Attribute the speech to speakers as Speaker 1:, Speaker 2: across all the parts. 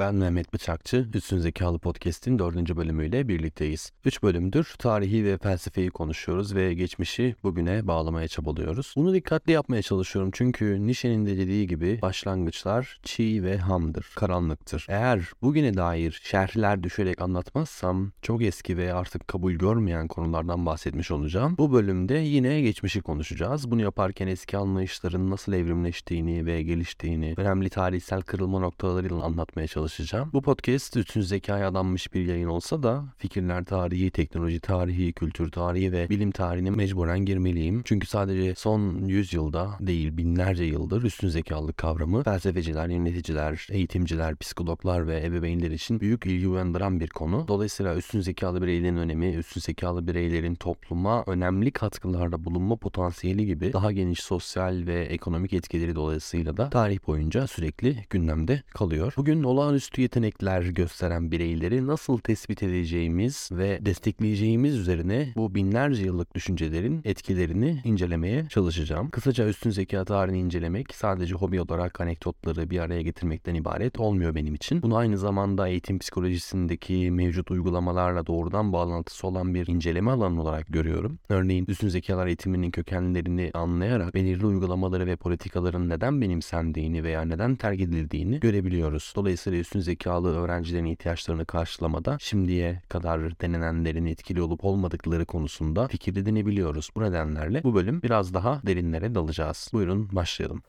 Speaker 1: Ben Mehmet Bıçakçı, Üstün Zekalı Podcast'in 4. bölümüyle birlikteyiz. 3 bölümdür tarihi ve felsefeyi konuşuyoruz ve geçmişi bugüne bağlamaya çabalıyoruz. Bunu dikkatli yapmaya çalışıyorum çünkü Nietzsche'nin de dediği gibi başlangıçlar çiğ ve hamdır, karanlıktır. Eğer bugüne dair şerhler düşerek anlatmazsam çok eski ve artık kabul görmeyen konulardan bahsetmiş olacağım. Bu bölümde yine geçmişi konuşacağız. Bunu yaparken eski anlayışların nasıl evrimleştiğini ve geliştiğini, önemli tarihsel kırılma noktalarıyla anlatmaya çalışacağım. Bu podcast üstün zekaya adanmış bir yayın olsa da fikirler tarihi, teknoloji tarihi, kültür tarihi ve bilim tarihine mecburen girmeliyim. Çünkü sadece son 100 yılda değil binlerce yıldır üstün zekalılık kavramı felsefeciler, yöneticiler, eğitimciler, psikologlar ve ebeveynler için büyük ilgi uyandıran bir konu. Dolayısıyla üstün zekalı bireylerin önemi, üstün zekalı bireylerin topluma önemli katkılarda bulunma potansiyeli gibi daha geniş sosyal ve ekonomik etkileri dolayısıyla da tarih boyunca sürekli gündemde kalıyor. Bugün olağanüstü yetenekler gösteren bireyleri nasıl tespit edeceğimiz ve destekleyeceğimiz üzerine bu binlerce yıllık düşüncelerin etkilerini incelemeye çalışacağım. Kısaca üstün zeka tarihini incelemek sadece hobi olarak anekdotları bir araya getirmekten ibaret olmuyor benim için. Bunu aynı zamanda eğitim psikolojisindeki mevcut uygulamalarla doğrudan bağlantısı olan bir inceleme alanı olarak görüyorum. Örneğin üstün zekalar eğitiminin kökenlerini anlayarak belirli uygulamaları ve politikaların neden benimsendiğini veya neden terk edildiğini görebiliyoruz. Dolayısıyla üstün zekalı öğrencilerin ihtiyaçlarını karşılamada şimdiye kadar denenenlerin etkili olup olmadıkları konusunda fikir edinebiliyoruz. Bu nedenlerle bu bölüm biraz daha derinlere dalacağız. Buyurun başlayalım.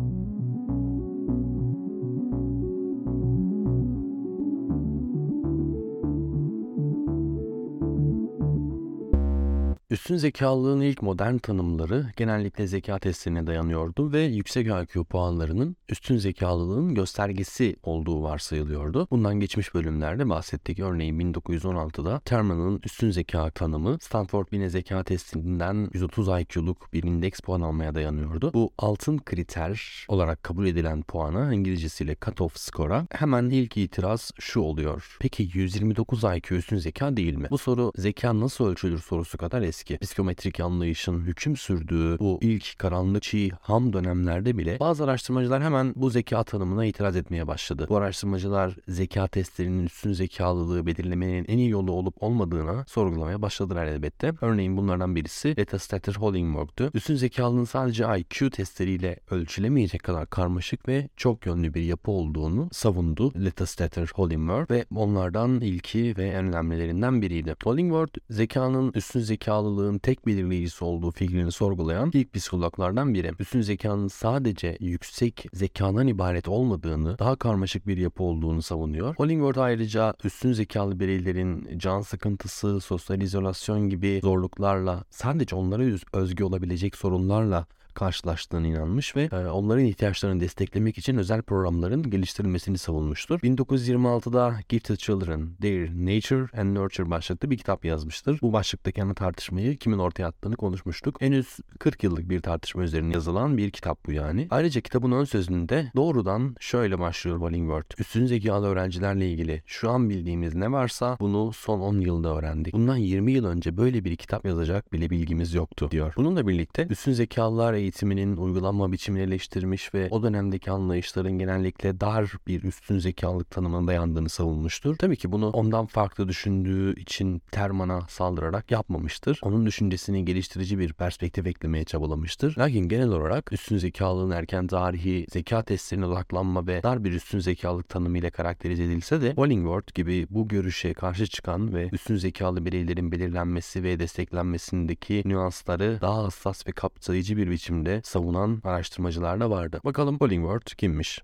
Speaker 1: Üstün zekalılığın ilk modern tanımları genellikle zeka testlerine dayanıyordu ve yüksek IQ puanlarının üstün zekalılığın göstergesi olduğu varsayılıyordu. Bundan geçmiş bölümlerde bahsettik. Örneğin 1916'da Terman'ın üstün zeka tanımı Stanford Binet Zeka Testi'nden 130 IQ'luk bir indeks puan almaya dayanıyordu. Bu altın kriter olarak kabul edilen puana, İngilizcesiyle cutoff score'a hemen ilk itiraz şu oluyor. Peki 129 IQ üstün zeka değil mi? Bu soru zeka nasıl ölçülür sorusu kadar eski. Psikometrik anlayışın hüküm sürdüğü bu ilk karanlık çiğ ham dönemlerde bile bazı araştırmacılar hemen bu zeka tanımına itiraz etmeye başladı. Bu araştırmacılar zeka testlerinin üstün zekalılığı belirlemenin en iyi yolu olup olmadığını sorgulamaya başladılar elbette. Örneğin bunlardan birisi Letta Stater-Hollingworth'tu. Üstün zekalılığın sadece IQ testleriyle ölçülemeyecek kadar karmaşık ve çok yönlü bir yapı olduğunu savundu Letta Stater-Hollingworth ve onlardan ilki ve en önemlilerinden biriydi. Hollingworth zekanın üstün zekalılığın tek belirleyicisi olduğu fikrini sorgulayan ilk psikologlardan biri. Üstün zekanın sadece yüksek zekadan ibaret olmadığını, daha karmaşık bir yapı olduğunu savunuyor. Hollingworth ayrıca üstün zekalı bireylerin can sıkıntısı, sosyal izolasyon gibi zorluklarla, sadece onlara özgü olabilecek sorunlarla karşılaştığına inanmış ve onların ihtiyaçlarını desteklemek için özel programların geliştirilmesini savunmuştur. 1926'da Gifted Children, Their Nature and Nurture başlıklı bir kitap yazmıştır. Bu başlıktaki ana tartışmayı kimin ortaya attığını konuşmuştuk. Henüz 40 yıllık bir tartışma üzerine yazılan bir kitap bu yani. Ayrıca kitabın ön sözünde doğrudan şöyle başlıyor Hollingworth. Üstün zekalı öğrencilerle ilgili şu an bildiğimiz ne varsa bunu son 10 yılda öğrendik. Bundan 20 yıl önce böyle bir kitap yazacak bile bilgimiz yoktu diyor. Bununla birlikte üstün zekalılar eğitiminin uygulanma biçimini eleştirmiş ve o dönemdeki anlayışların genellikle dar bir üstün zekalılık tanımına dayandığını savunmuştur. Tabii ki bunu ondan farklı düşündüğü için Terman'a saldırarak yapmamıştır. Onun düşüncesini geliştirici bir perspektif eklemeye çabalamıştır. Lakin genel olarak üstün zekalılığın erken tarihi, zeka testlerine odaklanma ve dar bir üstün zekalılık tanımıyla karakterize edilse de Hollingworth gibi bu görüşe karşı çıkan ve üstün zekalı bireylerin belirlenmesi ve desteklenmesindeki nüansları daha hassas ve kapsayıcı bir biçimde savunan araştırmacılar da vardı. Bakalım Hollingworth kimmiş?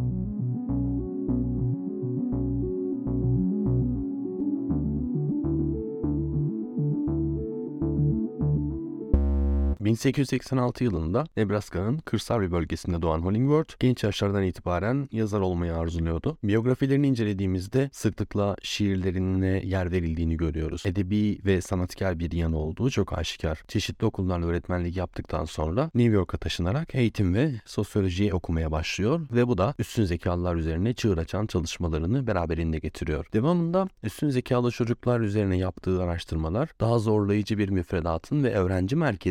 Speaker 1: 1886 yılında Nebraska'nın kırsal bir bölgesinde doğan Hollingworth, genç yaşlardan itibaren yazar olmayı arzuluyordu. Biyografilerini incelediğimizde sıklıkla şiirlerine yer verildiğini görüyoruz. Edebi ve sanatkar bir yanı olduğu çok aşikar. Çeşitli okullarla öğretmenlik yaptıktan sonra New York'a taşınarak eğitim ve sosyolojiyi okumaya başlıyor ve bu da üstün zekalılar üzerine çığır açan çalışmalarını beraberinde getiriyor. Devamında üstün zekalı çocuklar üzerine yaptığı araştırmalar daha zorlayıcı bir müfredatın ve öğrenci merkezli bir eğitim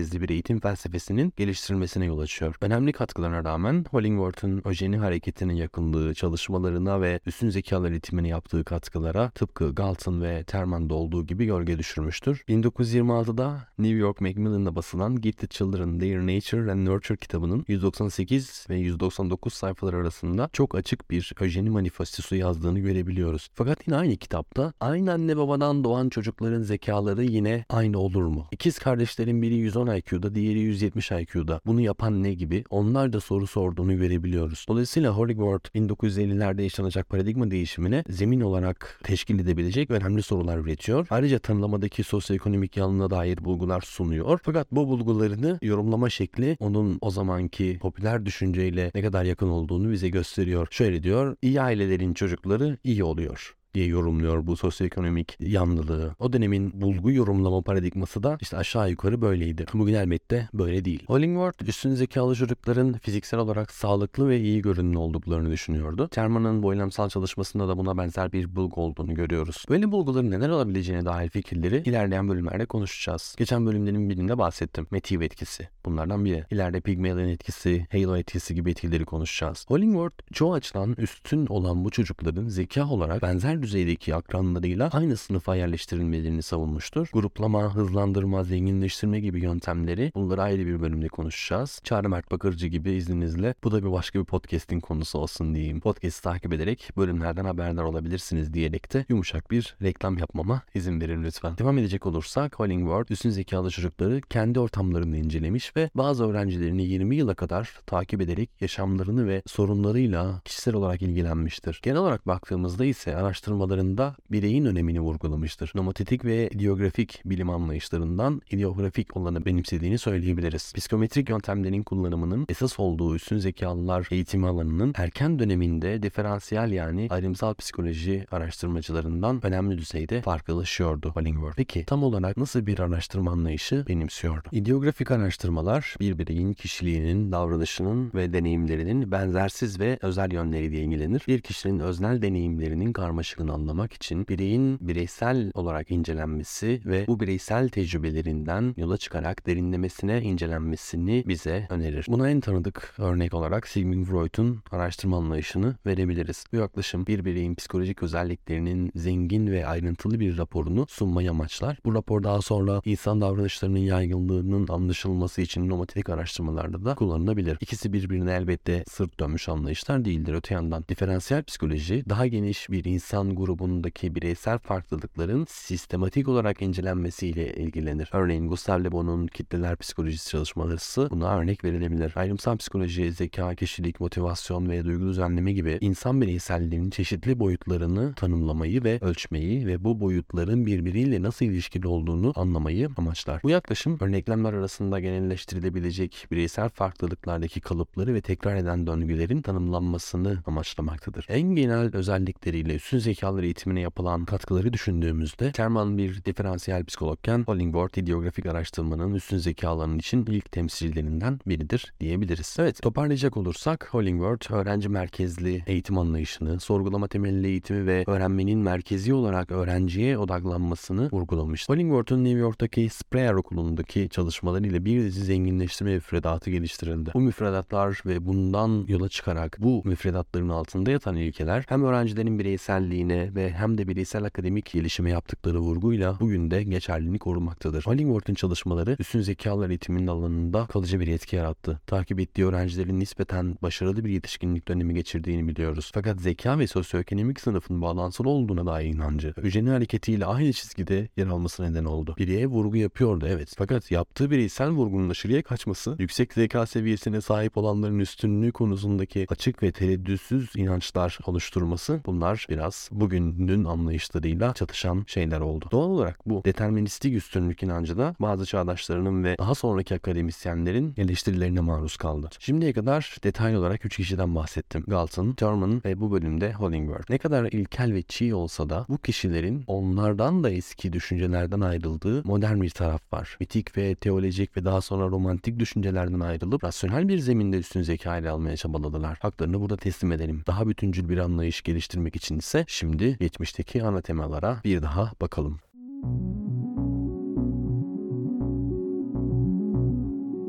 Speaker 1: eğitim felsefesinin geliştirilmesine yol açıyor. Önemli katkılarına rağmen Hollingworth'un öjeni hareketine yakınlığı, çalışmalarına ve üstün zekalar eğitimine yaptığı katkılara tıpkı Galton ve Terman'da olduğu gibi gölge düşürmüştür. 1926'da New York Macmillan'da basılan Gifted Children, Their Nature and Nurture kitabının 198 ve 199 sayfalar arasında çok açık bir öjeni manifestosu yazdığını görebiliyoruz. Fakat yine aynı kitapta aynı anne babadan doğan çocukların zekaları yine aynı olur mu? İkiz kardeşlerin biri 110 IQ'da, diğeri 170 IQ'da. Bunu yapan ne gibi? Onlarca soru sorduğunu görebiliyoruz. Dolayısıyla Hollingworth 1950'lerde yaşanacak paradigma değişimine zemin olarak teşkil edebilecek önemli sorular üretiyor. Ayrıca tanımlamadaki sosyoekonomik yanına dair bulgular sunuyor. Fakat bu bulgularını yorumlama şekli onun o zamanki popüler düşünceyle ne kadar yakın olduğunu bize gösteriyor. Şöyle diyor: iyi ailelerin çocukları iyi oluyor diye yorumluyor bu sosyoekonomik yanlılığı. O dönemin bulgu yorumlama paradigması da işte aşağı yukarı böyleydi. Bugün elbette böyle değil. Hollingworth üstün zekalı çocukların fiziksel olarak sağlıklı ve iyi görünümlü olduklarını düşünüyordu. Terman'ın boylamsal çalışmasında da buna benzer bir bulgu olduğunu görüyoruz. Böyle bulguların neler olabileceğine dair fikirleri ilerleyen bölümlerde konuşacağız. Geçen bölümlerin birinde bahsettim. Meteor etkisi. Bunlardan biri. İleride Pygmalion etkisi, Halo etkisi gibi etkileri konuşacağız. Hollingworth çoğu açıdan üstün olan bu çocukların zeka olarak benzer düzeydeki akranlarıyla aynı sınıfa yerleştirilmelerini savunmuştur. Gruplama, hızlandırma, zenginleştirme gibi yöntemleri, bunları ayrı bir bölümde konuşacağız. Çağrı Mert Bakırcı gibi izninizle bu da bir başka bir podcast'in konusu olsun diyeyim. Podcast'ı takip ederek bölümlerden haberdar olabilirsiniz diyerek de yumuşak bir reklam yapmama izin verin lütfen. Devam edecek olursak Hollingworth üstün zekalı çocukları kendi ortamlarını incelemiş ve bazı öğrencilerini 20 yıla kadar takip ederek yaşamlarını ve sorunlarıyla kişisel olarak ilgilenmiştir. Genel olarak baktığımızda ise araştırmalarında bireyin önemini vurgulamıştır. Nomotetik ve ideografik bilim anlayışlarından ideografik olanı benimsediğini söyleyebiliriz. Psikometrik yöntemlerin kullanımının esas olduğu üstün zekalılar eğitimi alanının erken döneminde diferansiyel yani ayrımsal psikoloji araştırmacılarından önemli düzeyde farklılaşıyordu Hollingworth. Peki tam olarak nasıl bir araştırma anlayışı benimsiyordu? İdeografik araştırmalar bir bireyin kişiliğinin, davranışının ve deneyimlerinin benzersiz ve özel yönleriyle ilgilenir. Bir kişinin öznel deneyimlerinin karmaşıklığını anlamak için bireyin bireysel olarak incelenmesi ve bu bireysel tecrübelerinden yola çıkarak derinlemesine incelenmesini bize önerir. Buna en tanıdık örnek olarak Sigmund Freud'un araştırma anlayışını verebiliriz. Bu yaklaşım bir bireyin psikolojik özelliklerinin zengin ve ayrıntılı bir raporunu sunmayı amaçlar. Bu rapor daha sonra insan davranışlarının yaygınlığının anlaşılması için nomotetik araştırmalarda da kullanılabilir. İkisi birbirine elbette sırt dönmüş anlayışlar değildir. Öte yandan diferansiyel psikoloji daha geniş bir insan grubundaki bireysel farklılıkların sistematik olarak incelenmesiyle ilgilenir. Örneğin Gustave Le Bon'un kitleler psikolojisi çalışmaları buna örnek verilebilir. Ayrımsal psikoloji, zeka, kişilik, motivasyon ve duygu düzenleme gibi insan bireyselliğinin çeşitli boyutlarını tanımlamayı ve ölçmeyi ve bu boyutların birbiriyle nasıl ilişkili olduğunu anlamayı amaçlar. Bu yaklaşım örneklemler arasında genelleştirilebilecek bireysel farklılıklardaki kalıpları ve tekrar eden döngülerin tanımlanmasını amaçlamaktadır. En genel özellikleriyle üstün zekalar eğitimine yapılan katkıları düşündüğümüzde Terman bir diferansiyel psikologken Hollingworth ideografik araştırmanın üstün zekalarının için ilk temsilcilerinden biridir diyebiliriz. Evet, toparlayacak olursak Hollingworth öğrenci merkezli eğitim anlayışını, sorgulama temelli eğitimi ve öğrenmenin merkezi olarak öğrenciye odaklanmasını vurgulamış. Hollingworth'un New York'taki Spreyer Okulu'ndaki çalışmalarıyla bir dizi zenginleştirme müfredatı geliştirildi. Bu müfredatlar ve bundan yola çıkarak bu müfredatların altında yatan ilkeler hem öğrencilerin bireyselliğine ve hem de bireysel akademik gelişime yaptıkları vurguyla bugün de geçerliliğini korumaktadır. Hollingworth'un çalışmaları üstün zekalar eğitiminin alanında kalıcı bir etki yarattı. Takip ettiği öğrencilerin nispeten başarılı bir yetişkinlik dönemi geçirdiğini biliyoruz. Fakat zeka ve sosyoekonomik sınıfın bağlantılı olduğuna dair inancı, öjeni hareketiyle aynı çizgide yer alması neden oldu. Bireye vurgu yapıyordu, evet. Fakat yaptığı bireysel vurgunun aşırıya kaçması, yüksek zeka seviyesine sahip olanların üstünlüğü konusundaki açık ve tereddütsüz inançlar oluşturması, bunlar biraz bugünün anlayışlarıyla çatışan şeyler oldu. Doğal olarak bu deterministik üstünlük inancı da bazı çağdaşlarının ve daha sonraki akademisyenlerin eleştirilerine maruz kaldı. Şimdiye kadar detaylı olarak 3 kişiden bahsettim. Galton, Terman ve bu bölümde Hollingworth. Ne kadar ilkel ve çiğ olsa da bu kişilerin onlardan da eski düşüncelerden ayrıldığı modern bir taraf var. Mitik ve teolojik ve daha sonra romantik düşüncelerden ayrılıp rasyonel bir zeminde üstün zeka ile almaya çabaladılar. Haklarını burada teslim edelim. Daha bütüncül bir anlayış geliştirmek için ise şimdi geçmişteki ana temalara bir daha bakalım.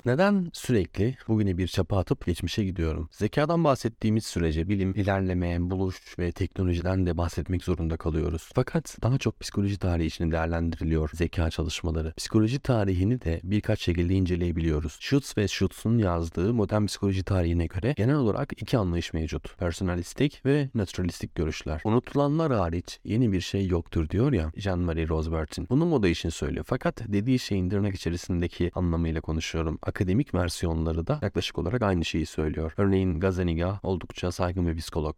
Speaker 1: Neden sürekli bugüne bir çapa atıp geçmişe gidiyorum? Zekadan bahsettiğimiz sürece bilim, ilerleme, buluş ve teknolojiden de bahsetmek zorunda kalıyoruz. Fakat daha çok psikoloji tarihi içinde değerlendiriliyor zeka çalışmaları. Psikoloji tarihini de birkaç şekilde inceleyebiliyoruz. Schutz ve Schutz'un yazdığı modern psikoloji tarihine göre genel olarak iki anlayış mevcut. Personalistik ve naturalistik görüşler. Unutulanlar hariç yeni bir şey yoktur diyor ya Jean-Marie Rosebertin. Bunu moda için söylüyor. Fakat dediği şeyin tırnak içerisindeki anlamıyla konuşuyorum. Akademik versiyonları da yaklaşık olarak aynı şeyi söylüyor. Örneğin Gazzaniga oldukça saygın bir psikolog.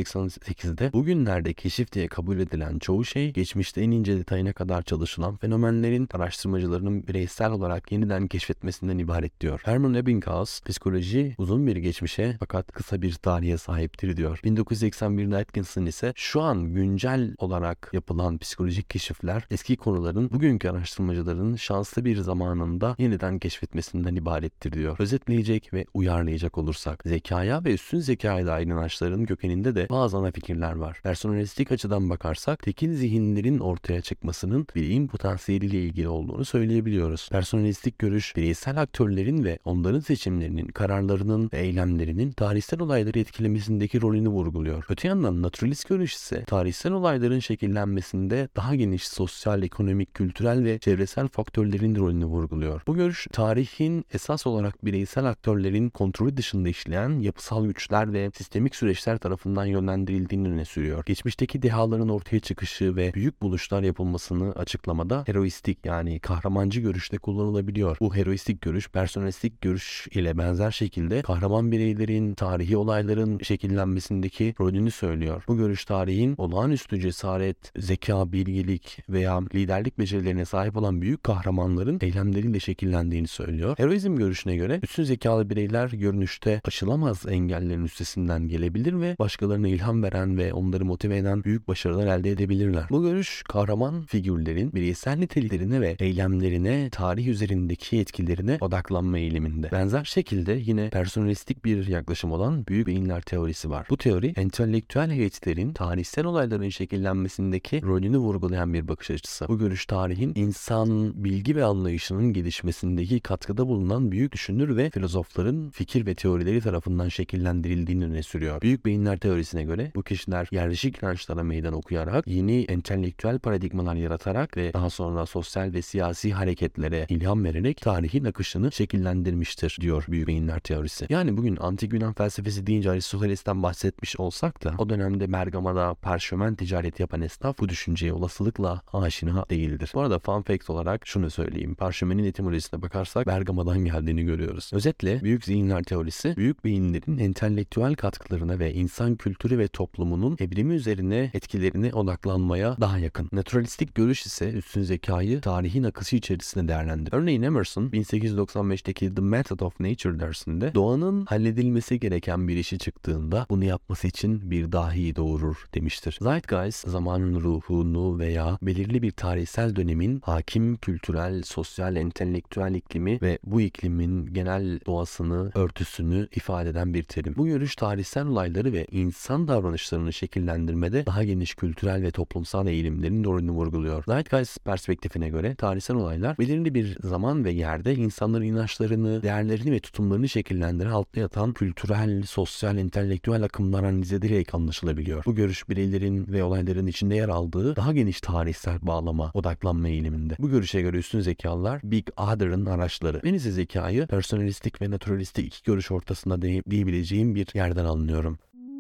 Speaker 1: 1988'de bugünlerde keşif diye kabul edilen çoğu şey geçmişte en ince detayına kadar çalışılan fenomenlerin araştırmacılarının bireysel olarak yeniden keşfetmesinden ibaret diyor. Herman Ebbinghaus psikoloji uzun bir geçmişe fakat kısa bir tarihe sahiptir diyor. 1981'de Atkinson ise şu an güncel olarak yapılan psikolojik keşifler eski konuların bugünkü araştırmacıların şanslı bir zamanında yeniden keşfetmesinden ibarettir diyor. Özetleyecek ve uyarlayacak olursak zekaya ve üstün zekaya dair inançların kökeninde de bazı ana fikirler var. Personalistik açıdan bakarsak tekil zihinlerin ortaya çıkmasının bireyin potansiyeliyle ilgili olduğunu söyleyebiliyoruz. Personalistik görüş bireysel aktörlerin ve onların seçimlerinin, kararlarının ve eylemlerinin tarihsel olayları etkilemesindeki rolünü vurguluyor. Öte yandan naturalist görüş ise tarihsel olayların şekillenmesinde daha geniş sosyal, ekonomik, kültürel ve çevresel faktörlerin rolünü vurguluyor. Bu görüş tarihin esas olarak bireysel aktörlerin kontrolü dışında işleyen yapısal güçler ve sistemik süreçler tarafından yönlendirildiğini öne sürüyor. Geçmişteki dehaların ortaya çıkışı ve büyük buluşlar yapılmasını açıklamada heroistik yani kahramancı görüşte kullanılabiliyor. Bu heroistik görüş personalistik görüş ile benzer şekilde kahraman bireylerin tarihi olayların şekillenmesindeki rolünü söylüyor. Bu görüş tarihin olağanüstü cesaret, zeka, bilgelik veya liderlik becerilerine sahip olan büyük kahramanların eylemleriyle şekillendiğini söylüyor. Heroizm görüşüne göre üstün zekalı bireyler görünüşte aşılamaz engellerin üstesinden gelebilir ve başkalarına ilham veren ve onları motive eden büyük başarılar elde edebilirler. Bu görüş kahraman figürlerin bireysel niteliklerine ve eylemlerine, tarih üzerindeki etkilerine odaklanma eğiliminde. Benzer şekilde yine personalistik bir yaklaşım olan büyük beyinler teorisi var. Bu teori entelektüel heyetlerin tarihsel olayların şekillenmesindeki rolünü vurgulayan bir bakış açısı. Bu görüş tarihin insan bilgi ve anlayışının gelişmesindeki katkıda bulunan büyük düşünür ve filozofların fikir ve teorileri tarafından şekillendirildiğini öne sürüyor. Büyük beyinler teorisine göre bu kişiler yerleşik inançlara meydan okuyarak yeni entelektüel paradigmalar yaratarak ve daha sonra sosyal ve siyasi hareketlere ilham vererek tarihin akışını şekillendirmiştir diyor büyük beyinler teorisi. Yani bugün antik Yunan felsefesi deyince Aristoteles'ten bahsetmiş olsak da o dönemde Bergama'da parşömen ticareti yapan esnaf bu düşünceye olasılıkla aşina değildir. Bu arada fun fact olarak şunu söyleyeyim. Parşömenin etimolojisine bakarsak Bergama'dan geldiğini görüyoruz. Özetle büyük zihinler teorisi büyük beyinlerin entelektüel katkılarına ve insan kültürü ve toplumunun evrimi üzerine etkilerine odaklanmaya daha yakın. Naturalistik görüş ise üstün zekayı tarihin akışı içerisinde değerlendirir. Örneğin Emerson 1895'teki The Method of Nature dersinde doğanın halledilmesi gereken bir işi çıktığında bunu yapması için bir dahi doğurur demiştir. Zeitgeist zamanın ruhunu veya belirli bir tarihsel dönemin hakim kültürel, sosyal, entelektüel iklimi ve bu iklimin genel doğasını, örtüsünü ifade eden bir terim. Bu görüş tarihsel olayları ve insan davranışlarını şekillendirmede daha geniş kültürel ve toplumsal eğilimlerin rolünü vurguluyor. Zeitgeist perspektifine göre tarihsel olaylar belirli bir zaman ve yerde insanların inançlarını, değerlerini ve tutumlarını şekillendiren altta yatan kültürel, sosyal, entelektüel akımlar analiz edilerek anlaşılabiliyor. Bu görüş bireylerin ve olayların içinde yer aldığı daha geniş tarihsel bağlama, odaklanma eğiliminde. Bu görüşe göre üstün zekalılar Big Other'ın araçları. Ben ise zekayı personalistik ve naturalistik iki görüş ortasında diyebileceğim bir yerden anlıyorum.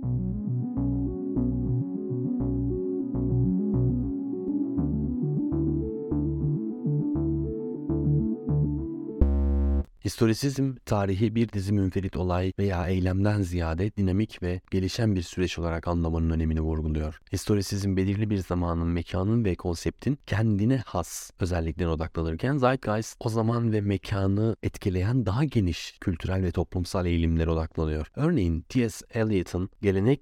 Speaker 1: Historisizm, tarihi bir dizi münferit olay veya eylemden ziyade dinamik ve gelişen bir süreç olarak anlamanın önemini vurguluyor. Historisizm belirli bir zamanın, mekanın ve konseptin kendine has özelliklerine odaklanırken Zeitgeist o zaman ve mekanı etkileyen daha geniş kültürel ve toplumsal eğilimlere odaklanıyor. Örneğin T.S. Eliot'ın gelenek ve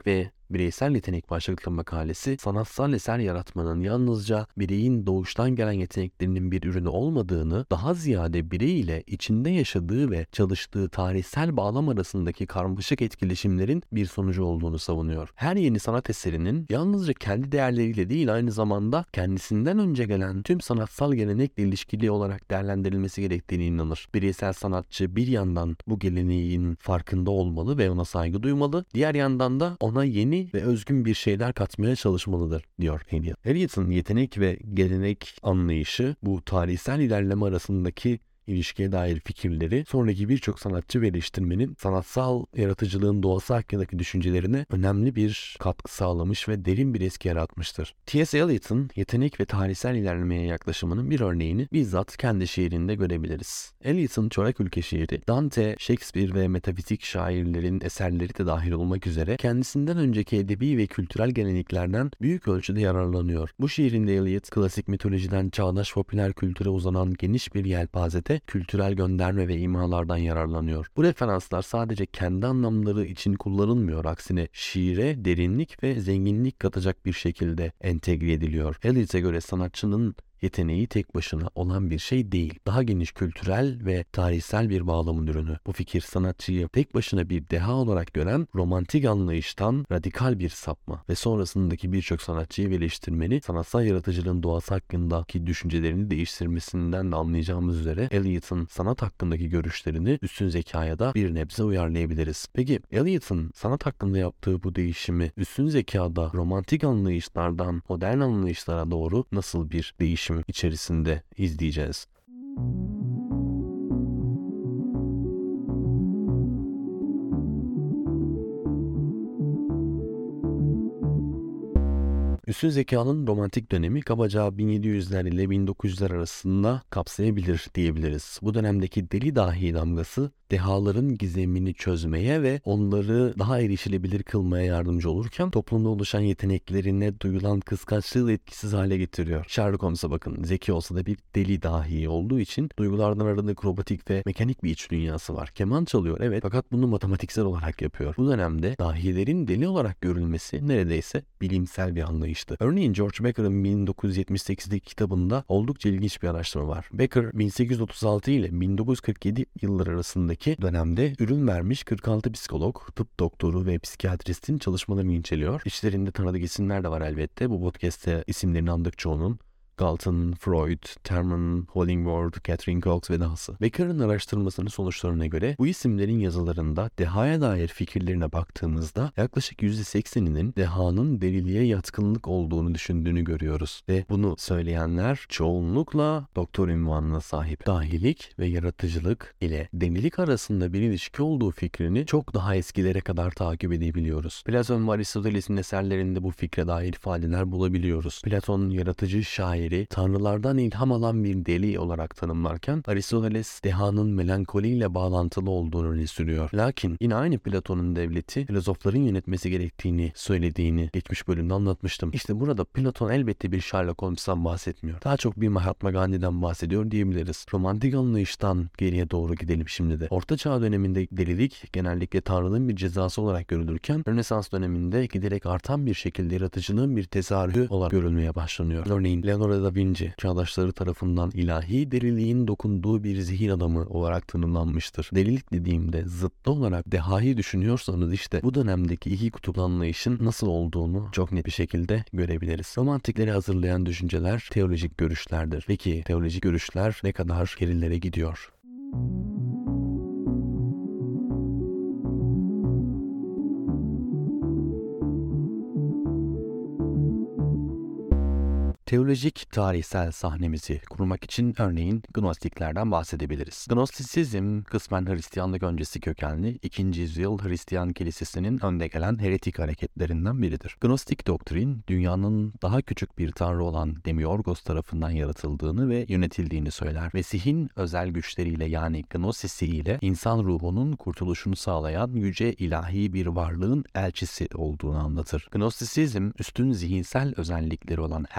Speaker 1: Bireysel Yetenek başlıklı makalesi, sanatsal eser yaratmanın yalnızca bireyin doğuştan gelen yeteneklerinin bir ürünü olmadığını, daha ziyade birey ile içinde yaşadığı ve çalıştığı tarihsel bağlam arasındaki karmaşık etkileşimlerin bir sonucu olduğunu savunuyor. Her yeni sanat eserinin yalnızca kendi değerleriyle değil, aynı zamanda kendisinden önce gelen tüm sanatsal gelenekle ilişkili olarak değerlendirilmesi gerektiğine inanır. Bireysel sanatçı bir yandan bu geleneğin farkında olmalı ve ona saygı duymalı, diğer yandan da ona yeni ve özgün bir şeyler katmaya çalışmalıdır, diyor Eliot. Eliot'un yetenek ve gelenek anlayışı, bu tarihsel ilerleme arasındaki ilişkiye dair fikirleri sonraki birçok sanatçı ve eleştirmenin sanatsal yaratıcılığın doğası hakkındaki düşüncelerine önemli bir katkı sağlamış ve derin bir etki yaratmıştır. T.S. Eliot'un yetenek ve tarihsel ilerlemeye yaklaşımının bir örneğini bizzat kendi şiirinde görebiliriz. Eliot'un Çorak Ülke şiiri, Dante, Shakespeare ve metafizik şairlerin eserleri de dahil olmak üzere kendisinden önceki edebi ve kültürel geleneklerden büyük ölçüde yararlanıyor. Bu şiirinde Eliot, klasik mitolojiden çağdaş popüler kültüre uzanan geniş bir yelpazede kültürel gönderme ve imalardan yararlanıyor. Bu referanslar sadece kendi anlamları için kullanılmıyor, aksine şiire derinlik ve zenginlik katacak bir şekilde entegre ediliyor. Eliot'e göre sanatçının yeteneği tek başına olan bir şey değil, daha geniş kültürel ve tarihsel bir bağlamın ürünü. Bu fikir sanatçıyı tek başına bir deha olarak gören romantik anlayıştan radikal bir sapma ve sonrasındaki birçok sanatçıyı ve eleştirmeni sanatsal yaratıcılığın doğası hakkındaki düşüncelerini değiştirmesinden de anlayacağımız üzere Eliot'un sanat hakkındaki görüşlerini üstün zekaya da bir nebze uyarlayabiliriz. Peki Eliot'un sanat hakkında yaptığı bu değişimi üstün zekada romantik anlayışlardan modern anlayışlara doğru nasıl bir değişim içerisinde izleyeceğiz? Üstün zekanın romantik dönemi kabaca 1700'ler ile 1900'ler arasında kapsayabilir diyebiliriz. Bu dönemdeki deli dahi damgası dehaların gizemini çözmeye ve onları daha erişilebilir kılmaya yardımcı olurken toplumda oluşan yeteneklerine duyulan kıskançlığı da etkisiz hale getiriyor. Sherlock Holmes'a bakın, zeki olsa da bir deli dahi olduğu için duygulardan arındığı akrobatik ve mekanik bir iç dünyası var. Keman çalıyor evet, fakat bunu matematiksel olarak yapıyor. Bu dönemde dahilerin deli olarak görülmesi neredeyse bilimsel bir anlayıştı. Örneğin George Becker'ın 1978'deki kitabında oldukça ilginç bir araştırma var. Becker 1836 ile 1947 yılları arasındaki dönemde ürün vermiş 46 psikolog, tıp doktoru ve psikiyatristin çalışmalarını inceliyor. İçlerinde tanıdık isimler de var elbette. Bu podcast'te isimlerini andık çoğunun. Galton, Freud, Terman, Hollingworth, Catherine Cox ve dahası. Becker'ın araştırmasının sonuçlarına göre bu isimlerin yazılarında dehaya dair fikirlerine baktığımızda yaklaşık %80'inin dehanın deliliğe yatkınlık olduğunu düşündüğünü görüyoruz. Ve bunu söyleyenler çoğunlukla doktor unvanına sahip. Dahilik ve yaratıcılık ile delilik arasında bir ilişki olduğu fikrini çok daha eskilere kadar takip edebiliyoruz. Platon ve Aristoteles'in eserlerinde bu fikre dair ifadeler bulabiliyoruz. Platon yaratıcı şair, tanrılardan ilham alan bir deli olarak tanımlarken Aristoteles dehanın melankoliyle bağlantılı olduğunu öne sürüyor. Lakin yine aynı Platon'un devleti filozofların yönetmesi gerektiğini söylediğini geçmiş bölümde anlatmıştım. İşte burada Platon elbette bir Sherlock Holmes'tan bahsetmiyor. Daha çok bir Mahatma Gandhi'den bahsediyor diyebiliriz. Romantik anlayıştan geriye doğru gidelim şimdi de. Orta Çağ döneminde delilik genellikle tanrının bir cezası olarak görülürken Rönesans döneminde giderek artan bir şekilde yaratıcılığın bir tezahürü olarak görülmeye başlanıyor. Örneğin Leonardo da Vinci çağdaşları tarafından ilahi deliliğin dokunduğu bir zihin adamı olarak tanımlanmıştır. Delilik dediğimde zıttı olarak dehayı düşünüyorsanız işte bu dönemdeki iki kutuplu anlayışın nasıl olduğunu çok net bir şekilde görebiliriz. Romantikleri hazırlayan düşünceler teolojik görüşlerdir. Peki teolojik görüşler ne kadar gerilere gidiyor? Teolojik tarihsel sahnemizi kurmak için örneğin Gnostiklerden bahsedebiliriz. Gnostisizm kısmen Hristiyanlık öncesi kökenli 2. yüzyıl Hristiyan kilisesinin önde gelen heretik hareketlerinden biridir. Gnostik doktrin dünyanın daha küçük bir tanrı olan Demiurgos tarafından yaratıldığını ve yönetildiğini söyler ve zihin özel güçleriyle yani gnosisi ile insan ruhunun kurtuluşunu sağlayan yüce ilahi bir varlığın elçisi olduğunu anlatır. Gnostisizm üstün zihinsel özellikleri olan her bireyi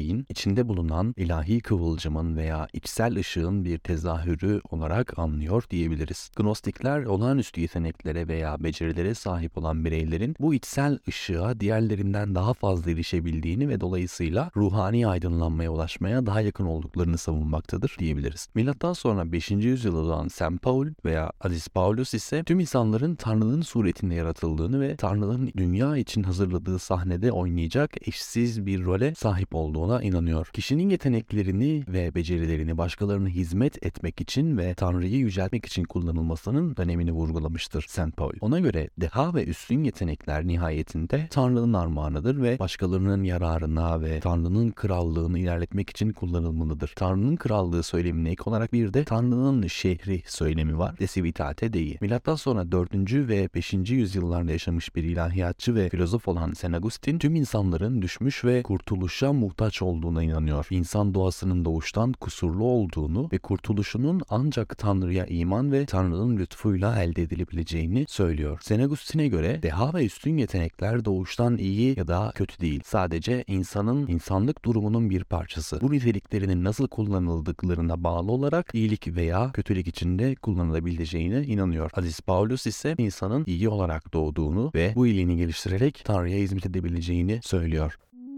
Speaker 1: şeyin içinde bulunan ilahi kıvılcımın veya içsel ışığın bir tezahürü olarak anlıyor diyebiliriz. Gnostikler olağanüstü yeteneklere veya becerilere sahip olan bireylerin bu içsel ışığa diğerlerinden daha fazla erişebildiğini ve dolayısıyla ruhani aydınlanmaya ulaşmaya daha yakın olduklarını savunmaktadır diyebiliriz. Milattan sonra 5. yüzyılda doğan St. Paul veya Aziz Paulus ise tüm insanların Tanrı'nın suretinde yaratıldığını ve Tanrı'nın dünya için hazırladığı sahnede oynayacak eşsiz bir role sahip olduğuna inanıyor. Kişinin yeteneklerini ve becerilerini başkalarına hizmet etmek için ve Tanrı'yı yüceltmek için kullanılmasının önemini vurgulamıştır St. Paul. Ona göre deha ve üstün yetenekler nihayetinde Tanrı'nın armağanıdır ve başkalarının yararına ve Tanrı'nın krallığını ilerletmek için kullanılmalıdır. Tanrı'nın krallığı söylemine ek olarak bir de Tanrı'nın şehri söylemi var. De Civitate Dei. Milattan sonra 4. ve 5. yüzyıllarda yaşamış bir ilahiyatçı ve filozof olan St. Augustin tüm insanların düşmüş ve kurtuluşa muhtaç olduğuna inanıyor. İnsan doğasının doğuştan kusurlu olduğunu ve kurtuluşunun ancak Tanrı'ya iman ve Tanrı'nın lütfuyla elde edilebileceğini söylüyor. St. Augustin'e göre deha ve üstün yetenekler doğuştan iyi ya da kötü değil. Sadece insanın insanlık durumunun bir parçası. Bu niteliklerinin nasıl kullanıldıklarına bağlı olarak iyilik veya kötülük içinde kullanılabileceğine inanıyor. Aziz Paulus ise insanın iyi olarak doğduğunu ve bu iyiliğini geliştirerek Tanrı'ya hizmet edebileceğini söylüyor.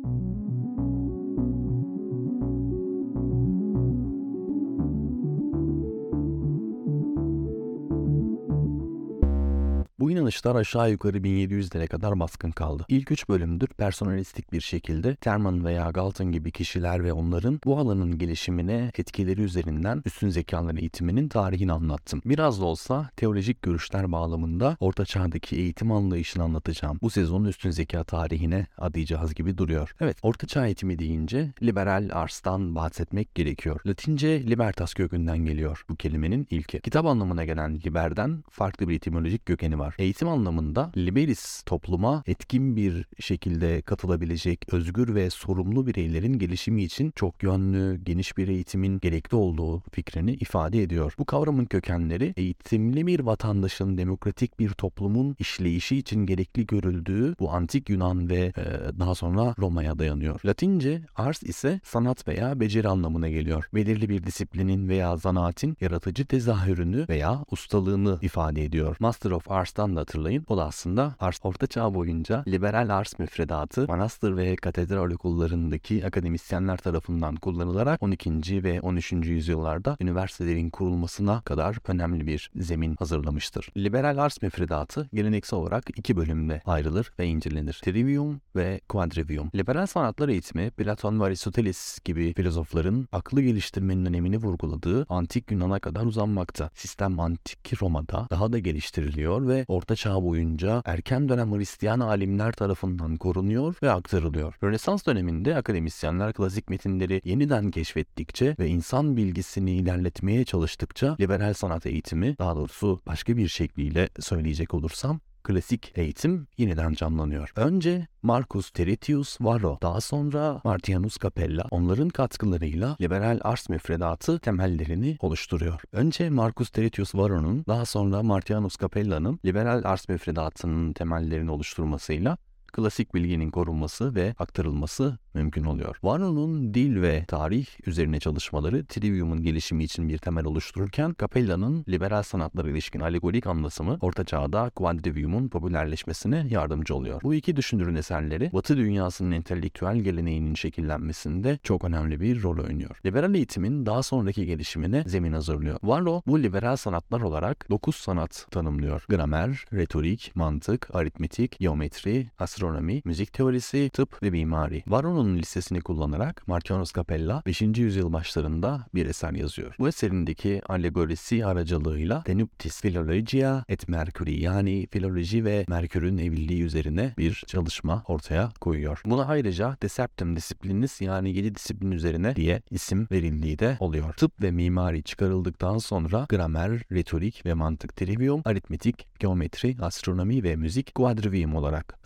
Speaker 1: Bu inanışlar aşağı yukarı 1700'lere kadar baskın kaldı. İlk 3 bölümdür personalistik bir şekilde Terman veya Galton gibi kişiler ve onların bu alanın gelişimine etkileri üzerinden üstün zekaların eğitiminin tarihini anlattım. Biraz da olsa teolojik görüşler bağlamında Orta Çağ'daki eğitim anlayışını anlatacağım. Bu sezonun üstün zeka tarihine adayacağız gibi duruyor. Evet, Orta Çağ eğitimi deyince liberal ars'tan bahsetmek gerekiyor. Latince libertas kökünden geliyor bu kelimenin ilki. Kitap anlamına gelen liberden farklı bir etimolojik kökeni var. Eğitim anlamında liberis topluma etkin bir şekilde katılabilecek özgür ve sorumlu bireylerin gelişimi için çok yönlü, geniş bir eğitimin gerekli olduğu fikrini ifade ediyor. Bu kavramın kökenleri eğitimli bir vatandaşın demokratik bir toplumun işleyişi için gerekli görüldüğü bu antik Yunan ve daha sonra Roma'ya dayanıyor. Latince ars ise sanat veya beceri anlamına geliyor. Belirli bir disiplinin veya zanaatin yaratıcı tezahürünü veya ustalığını ifade ediyor. Master of Ars'tan da hatırlayın. O da aslında Orta Çağ boyunca liberal ars müfredatı manastır ve katedral okullarındaki akademisyenler tarafından kullanılarak 12. ve 13. yüzyıllarda üniversitelerin kurulmasına kadar önemli bir zemin hazırlamıştır. Liberal ars müfredatı geleneksel olarak 2 bölümde ayrılır ve incelenir. Trivium ve Quadrivium. Liberal sanatlar eğitimi Platon ve Aristoteles gibi filozofların aklı geliştirmenin önemini vurguladığı antik Yunan'a kadar uzanmakta. Sistem antik Roma'da daha da geliştiriliyor ve Orta Çağ boyunca erken dönem Hristiyan alimler tarafından korunuyor ve aktarılıyor. Rönesans döneminde akademisyenler klasik metinleri yeniden keşfettikçe ve insan bilgisini ilerletmeye çalıştıkça liberal sanat eğitimi, daha doğrusu başka bir şekliyle söyleyecek olursam, klasik eğitim yeniden canlanıyor. Önce Marcus Terentius Varro, daha sonra Martianus Capella, onların katkılarıyla liberal ars müfredatı temellerini oluşturuyor. Önce Marcus Terentius Varro'nun, daha sonra Martianus Capella'nın liberal ars müfredatının temellerini oluşturmasıyla klasik bilginin korunması ve aktarılması mümkün oluyor. Varro'nun dil ve tarih üzerine çalışmaları Trivium'un gelişimi için bir temel oluştururken Capella'nın liberal sanatlara ilişkin alegorik anlatımı Orta Çağ'da Quadrivium'un popülerleşmesine yardımcı oluyor. Bu iki düşünürün eserleri Batı dünyasının entelektüel geleneğinin şekillenmesinde çok önemli bir rol oynuyor. Liberal eğitimin daha sonraki gelişimine zemin hazırlıyor. Varro bu liberal sanatlar olarak 9 sanat tanımlıyor. Gramer, retorik, mantık, aritmetik, geometri, astronomi, müzik teorisi, tıp ve mimari. Varro'nun listesini kullanarak Martianus Capella 5. yüzyıl başlarında bir eser yazıyor. Bu eserindeki alegorisi aracılığıyla De Nuptiis Philologia et Mercurii, yani filoloji ve Merkür'ün evliliği üzerine bir çalışma ortaya koyuyor. Buna ayrıca De Septem Disciplinis, yani 7 disiplin üzerine diye isim verildiği de oluyor. Tıp ve mimari çıkarıldıktan sonra gramer, retorik ve mantık trivium, aritmetik, geometri, astronomi ve müzik quadrivium olarak sınıflanıyor.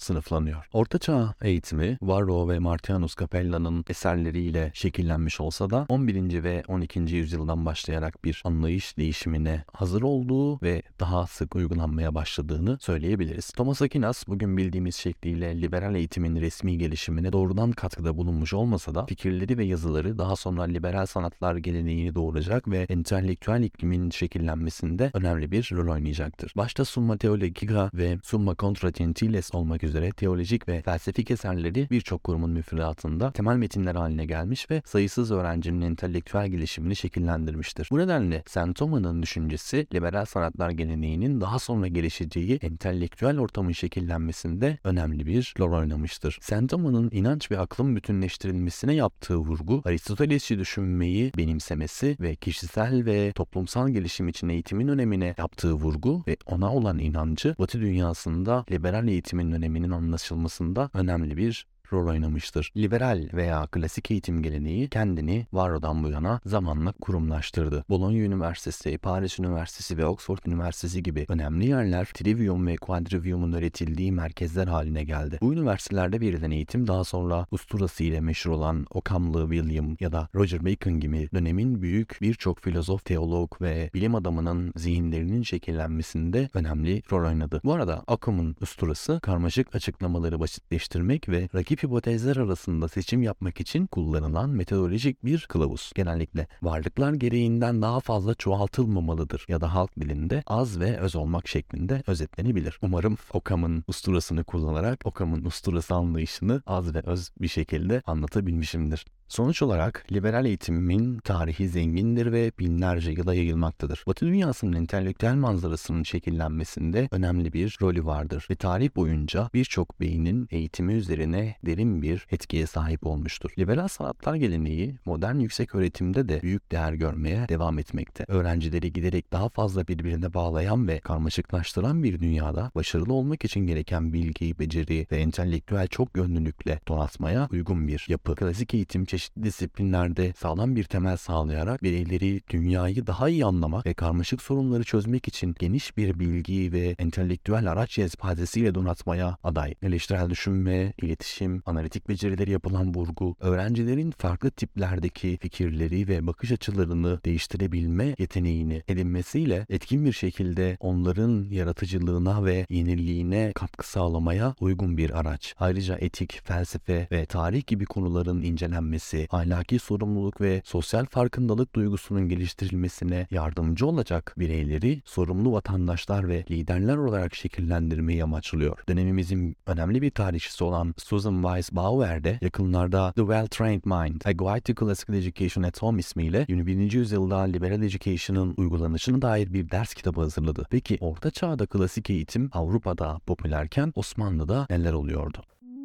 Speaker 1: tanımlanıyor. Ortaçağ eğitimi Varro ve Martianus Capella'nın eserleriyle şekillenmiş olsa da 11. ve 12. yüzyıldan başlayarak bir anlayış değişimine hazır olduğu ve daha sık uygulanmaya başladığını söyleyebiliriz. Thomas Aquinas bugün bildiğimiz şekliyle liberal eğitimin resmi gelişimine doğrudan katkıda bulunmuş olmasa da fikirleri ve yazıları daha sonra liberal sanatlar geleneğini doğuracak ve entelektüel iklimin şekillenmesinde önemli bir rol oynayacaktır. Başta Summa Theologica ve Summa Contra Gentiles olmak üzere teolojik ve felsefik eserleri birçok kurumun müfredatında temel metinler haline gelmiş ve sayısız öğrencinin entelektüel gelişimini şekillendirmiştir. Bu nedenle St. Thomas'ın düşüncesi liberal sanatlar geleneğinin daha sonra gelişeceği entelektüel ortamın şekillenmesinde önemli bir rol oynamıştır. St. Thomas'ın inanç ve aklın bütünleştirilmesine yaptığı vurgu, Aristotelesçi düşünmeyi benimsemesi ve kişisel ve toplumsal gelişim için eğitimin önemine yaptığı vurgu ve ona olan inancı Batı dünyasında liberal eğitimin öneminin anlaşılmasında önemli bir rol oynamıştır. Liberal veya klasik eğitim geleneği kendini Varro'dan bu yana zamanla kurumlaştırdı. Bologna Üniversitesi, Paris Üniversitesi ve Oxford Üniversitesi gibi önemli yerler Trivium ve Quadrivium'un öğretildiği merkezler haline geldi. Bu üniversitelerde verilen eğitim daha sonra usturası ile meşhur olan Occam'lı William ya da Roger Bacon gibi dönemin büyük birçok filozof, teolog ve bilim adamının zihinlerinin şekillenmesinde önemli rol oynadı. Bu arada Occam'ın usturası karmaşık açıklamaları basitleştirmek ve rakip hipotezler arasında seçim yapmak için kullanılan metodolojik bir kılavuz. Genellikle varlıklar gereğinden daha fazla çoğaltılmamalıdır ya da halk dilinde az ve öz olmak şeklinde özetlenebilir. Umarım Occam'ın usturasını kullanarak Occam'ın usturası anlayışını az ve öz bir şekilde anlatabilmişimdir. Sonuç olarak liberal eğitimin tarihi zengindir ve binlerce yıla yayılmaktadır. Batı dünyasının entelektüel manzarasının şekillenmesinde önemli bir rolü vardır ve tarih boyunca birçok beynin eğitimi üzerine derin bir etkiye sahip olmuştur. Liberal sanatlar geleneği modern yüksek öğretimde de büyük değer görmeye devam etmekte. Öğrencileri giderek daha fazla birbirine bağlayan ve karmaşıklaştıran bir dünyada başarılı olmak için gereken bilgi, beceri ve entelektüel çok yönlülükle donatmaya uygun bir yapı. Klasik eğitim çeşitli disiplinlerde sağlam bir temel sağlayarak bireyleri dünyayı daha iyi anlamak ve karmaşık sorunları çözmek için geniş bir bilgi ve entelektüel araç yelpazesiyle donatmaya aday. Eleştirel düşünme, iletişim, analitik becerileri yapılan vurgu, öğrencilerin farklı tiplerdeki fikirleri ve bakış açılarını değiştirebilme yeteneğini edinmesiyle etkin bir şekilde onların yaratıcılığına ve yeniliğine katkı sağlamaya uygun bir araç. Ayrıca etik, felsefe ve tarih gibi konuların incelenmesi, ahlaki sorumluluk ve sosyal farkındalık duygusunun geliştirilmesine yardımcı olacak bireyleri sorumlu vatandaşlar ve liderler olarak şekillendirmeyi amaçlıyor. Dönemimizin önemli bir tarihçisi olan Susan Weiss Bauer de yakınlarda The Well-Trained Mind, A Guide to Classical Education at Home ismiyle 21. yüzyılda liberal education'ın uygulanışına dair bir ders kitabı hazırladı. Peki Orta Çağ'da klasik eğitim Avrupa'da popülerken Osmanlı'da neler oluyordu?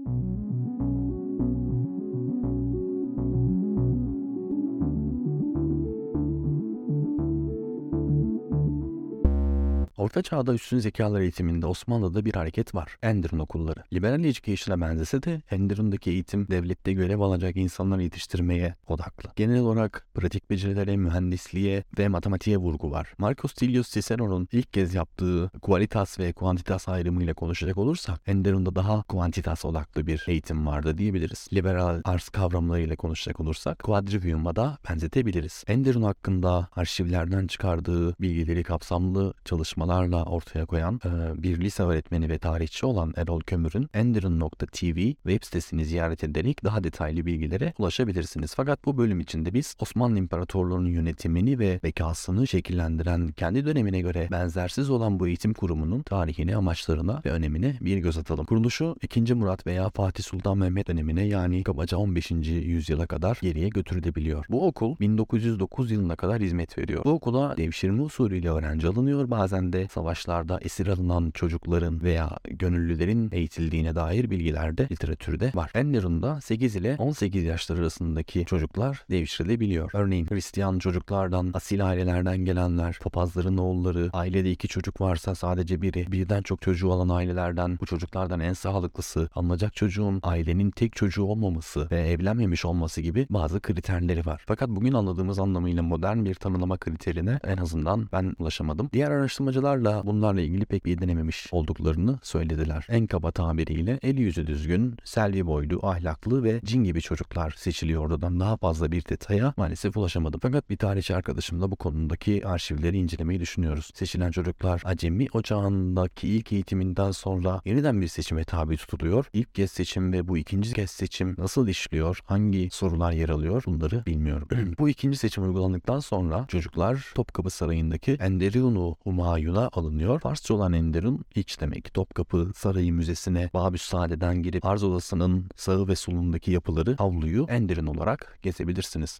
Speaker 1: Orta Çağ'da üstün zekalar eğitiminde Osmanlı'da bir hareket var. Enderun okulları. Liberal education'a benzese de Enderun'daki eğitim devlette görev alacak insanları yetiştirmeye odaklı. Genel olarak pratik becerilere, mühendisliğe ve matematiğe vurgu var. Marcus Tullius Cicero'nun ilk kez yaptığı qualitas ve quantitas ayrımıyla konuşacak olursak Enderun'da daha quantitas odaklı bir eğitim vardı diyebiliriz. Liberal ars kavramlarıyla konuşacak olursak quadrivium'a da benzetebiliriz. Enderun hakkında arşivlerden çıkardığı bilgileri kapsamlı çalışmalarla ortaya koyan bir lise öğretmeni ve tarihçi olan Erol Kömür'ün Enderun.tv web sitesini ziyaret ederek daha detaylı bilgilere ulaşabilirsiniz. Fakat bu bölüm içinde biz Osmanlı İmparatorluğu'nun yönetimini ve bekasını şekillendiren kendi dönemine göre benzersiz olan bu eğitim kurumunun tarihine, amaçlarına ve önemine bir göz atalım. Kuruluşu 2. Murat veya Fatih Sultan Mehmet dönemine yani kabaca 15. yüzyıla kadar geriye götürülebiliyor. Bu okul 1909 yılına kadar hizmet veriyor. Bu okula devşirme usulüyle öğrenci alınıyor. Bazen de savaşlarda esir alınan çocukların veya gönüllülerin eğitildiğine dair bilgiler de literatürde var. Enderun'da 8 ile 18 yaşları arasındaki çocuklar devşirilebiliyor. Örneğin Hristiyan çocuklardan, asil ailelerden gelenler, papazların oğulları, ailede 2 çocuk varsa sadece biri, birden çok çocuğu olan ailelerden, bu çocuklardan en sağlıklısı, alınacak çocuğun ailenin tek çocuğu olmaması ve evlenmemiş olması gibi bazı kriterleri var. Fakat bugün anladığımız anlamıyla modern bir tanımlama kriterine en azından ben ulaşamadım. Diğer araştırmacılar çocuklarla bunlarla ilgili pek bir denememiş olduklarını söylediler. En kaba tabiriyle eli yüzü düzgün, selvi boylu, ahlaklı ve cin gibi çocuklar seçiliyordu. Daha fazla bir detaya maalesef ulaşamadım. Fakat bir tarihçi arkadaşımla bu konudaki arşivleri incelemeyi düşünüyoruz. Seçilen çocuklar acemi ocağındaki ilk eğitiminden sonra yeniden bir seçime tabi tutuluyor. İlk kez seçim ve bu ikinci kez seçim nasıl işliyor, hangi sorular yer alıyor bunları bilmiyorum. Bu ikinci seçim uygulandıktan sonra çocuklar Topkapı Sarayı'ndaki Enderun-u Humayun'a alınıyor. Farsça olan Enderun iç demek. Topkapı Sarayı Müzesi'ne Babüssade'den girip arz odasının sağı ve solundaki yapıları, avluyu Enderun olarak gezebilirsiniz.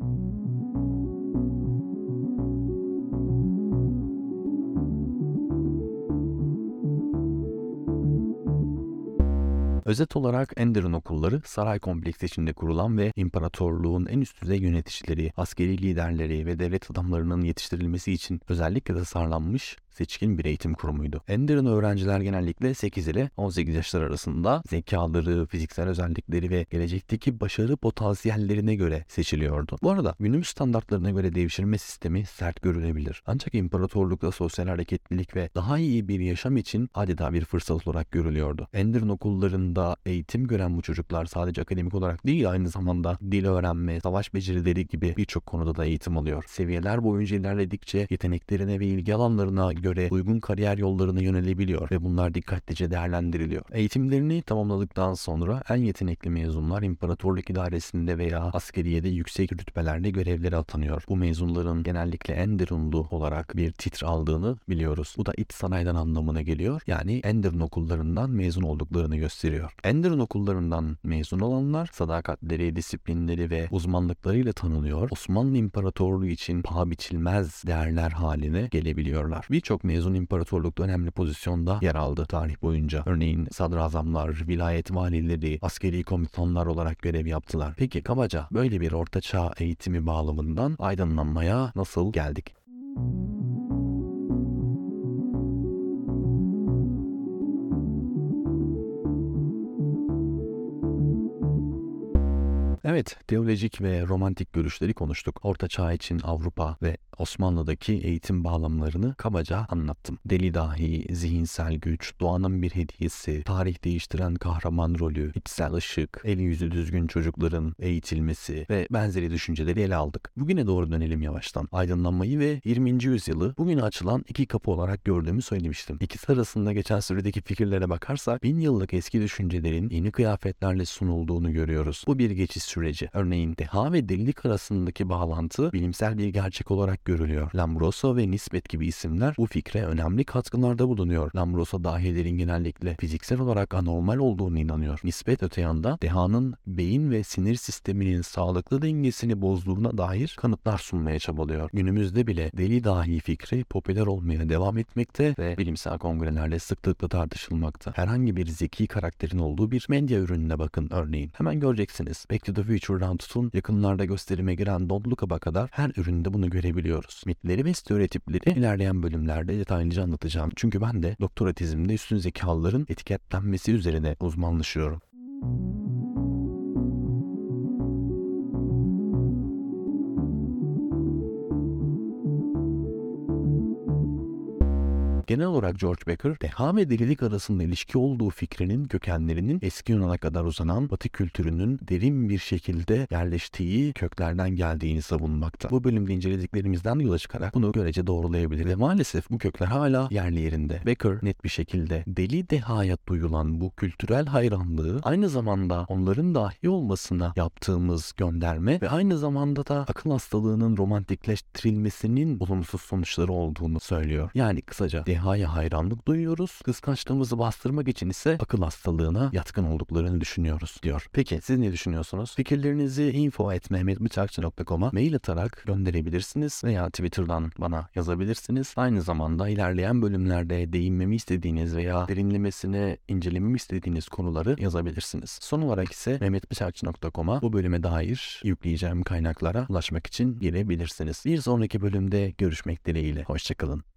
Speaker 1: Özet olarak Enderun okulları saray kompleksi içinde kurulan ve imparatorluğun en üst düzey yöneticileri, askeri liderleri ve devlet adamlarının yetiştirilmesi için özellikle tasarlanmış seçkin bir eğitim kurumuydu. Enderun öğrenciler genellikle 8 ile 18 yaşlar arasında zekaları, fiziksel özellikleri ve gelecekteki başarı potansiyellerine göre seçiliyordu. Bu arada günümüz standartlarına göre devşirme sistemi sert görülebilir. Ancak imparatorlukta sosyal hareketlilik ve daha iyi bir yaşam için adeta bir fırsat olarak görülüyordu. Enderun okullarında eğitim gören bu çocuklar sadece akademik olarak değil, aynı zamanda dil öğrenme, savaş becerileri gibi birçok konuda da eğitim alıyor. Seviyeler boyunca ilerledikçe yeteneklerine ve ilgi alanlarına göre uygun kariyer yollarına yönelebiliyor ve bunlar dikkatlice değerlendiriliyor. Eğitimlerini tamamladıktan sonra en yetenekli mezunlar imparatorluk idaresinde veya askeriyede yüksek rütbelerde görevlere atanıyor. Bu mezunların genellikle Enderunlu olarak bir titr aldığını biliyoruz. Bu da iç saraydan anlamına geliyor. Yani Enderun okullarından mezun olduklarını gösteriyor. Enderun okullarından mezun olanlar sadakatleri, disiplinleri ve uzmanlıklarıyla tanınıyor. Osmanlı İmparatorluğu için paha biçilmez değerler haline gelebiliyorlar. Birçok mezun imparatorlukta önemli pozisyonda yer aldı tarih boyunca. Örneğin sadrazamlar, vilayet valileri, askeri komutanlar olarak görev yaptılar. Peki kabaca böyle bir ortaçağ eğitimi bağlamından aydınlanmaya nasıl geldik? Evet, teolojik ve romantik görüşleri konuştuk. Orta Çağ için Avrupa ve Osmanlı'daki eğitim bağlamlarını kabaca anlattım. Deli dahi, zihinsel güç, doğanın bir hediyesi, tarih değiştiren kahraman rolü, içsel ışık, eli yüzü düzgün çocukların eğitilmesi ve benzeri düşünceleri ele aldık. Bugüne doğru dönelim yavaştan. Aydınlanmayı ve 20. yüzyılı bugüne açılan iki kapı olarak gördüğümü söylemiştim. İkisi arasında geçen süredeki fikirlere bakarsak 1000 yıllık eski düşüncelerin yeni kıyafetlerle sunulduğunu görüyoruz. Bu bir geçiş süreci. Örneğin deha ve delilik arasındaki bağlantı bilimsel bir gerçek olarak görülüyor. Lombroso ve Nisbet gibi isimler bu fikre önemli katkılarda bulunuyor. Lombroso dahilerin genellikle fiziksel olarak anormal olduğunu inanıyor. Nisbet öte yanda dehanın beyin ve sinir sisteminin sağlıklı dengesini bozduğuna dair kanıtlar sunmaya çabalıyor. Günümüzde bile deli dahi fikri popüler olmaya devam etmekte ve bilimsel kongrelerle sıklıkla tartışılmakta. Herhangi bir zeki karakterin olduğu bir medya ürününe bakın örneğin. Hemen göreceksiniz. Back to the Future'dan tutun yakınlarda gösterime giren Don't Look Up'a kadar her üründe bunu görebiliyoruz. Mitleri ve stereotipleri ilerleyen bölümlerde detaylıca anlatacağım. Çünkü ben de doktora tezimde üstün zekalıların etiketlenmesi üzerine uzmanlaşıyorum. Genel olarak George Becker, deha ve delilik arasında ilişki olduğu fikrinin kökenlerinin eski Yunan'a kadar uzanan Batı kültürünün derin bir şekilde yerleştiği köklerden geldiğini savunmakta. Bu bölümde incelediklerimizden yola çıkarak bunu görece doğrulayabilir ve maalesef bu kökler hala yerli yerinde. Becker net bir şekilde deli dehaya duyulan bu kültürel hayranlığı aynı zamanda onların dahi olmasına yaptığımız gönderme ve aynı zamanda da akıl hastalığının romantikleştirilmesinin olumsuz sonuçları olduğunu söylüyor. Yani kısaca dehaya hayranlık duyuyoruz. Kıskançlığımızı bastırmak için ise akıl hastalığına yatkın olduklarını düşünüyoruz diyor. Peki siz ne düşünüyorsunuz? Fikirlerinizi info@mehmetbıçakçı.com'a mail atarak gönderebilirsiniz veya Twitter'dan bana yazabilirsiniz. Aynı zamanda ilerleyen bölümlerde değinmemi istediğiniz veya derinlemesine incelememi istediğiniz konuları yazabilirsiniz. Son olarak ise mehmetbıçakçı.com'a bu bölüme dair yükleyeceğim kaynaklara ulaşmak için girebilirsiniz. Bir sonraki bölümde görüşmek dileğiyle. Hoşçakalın.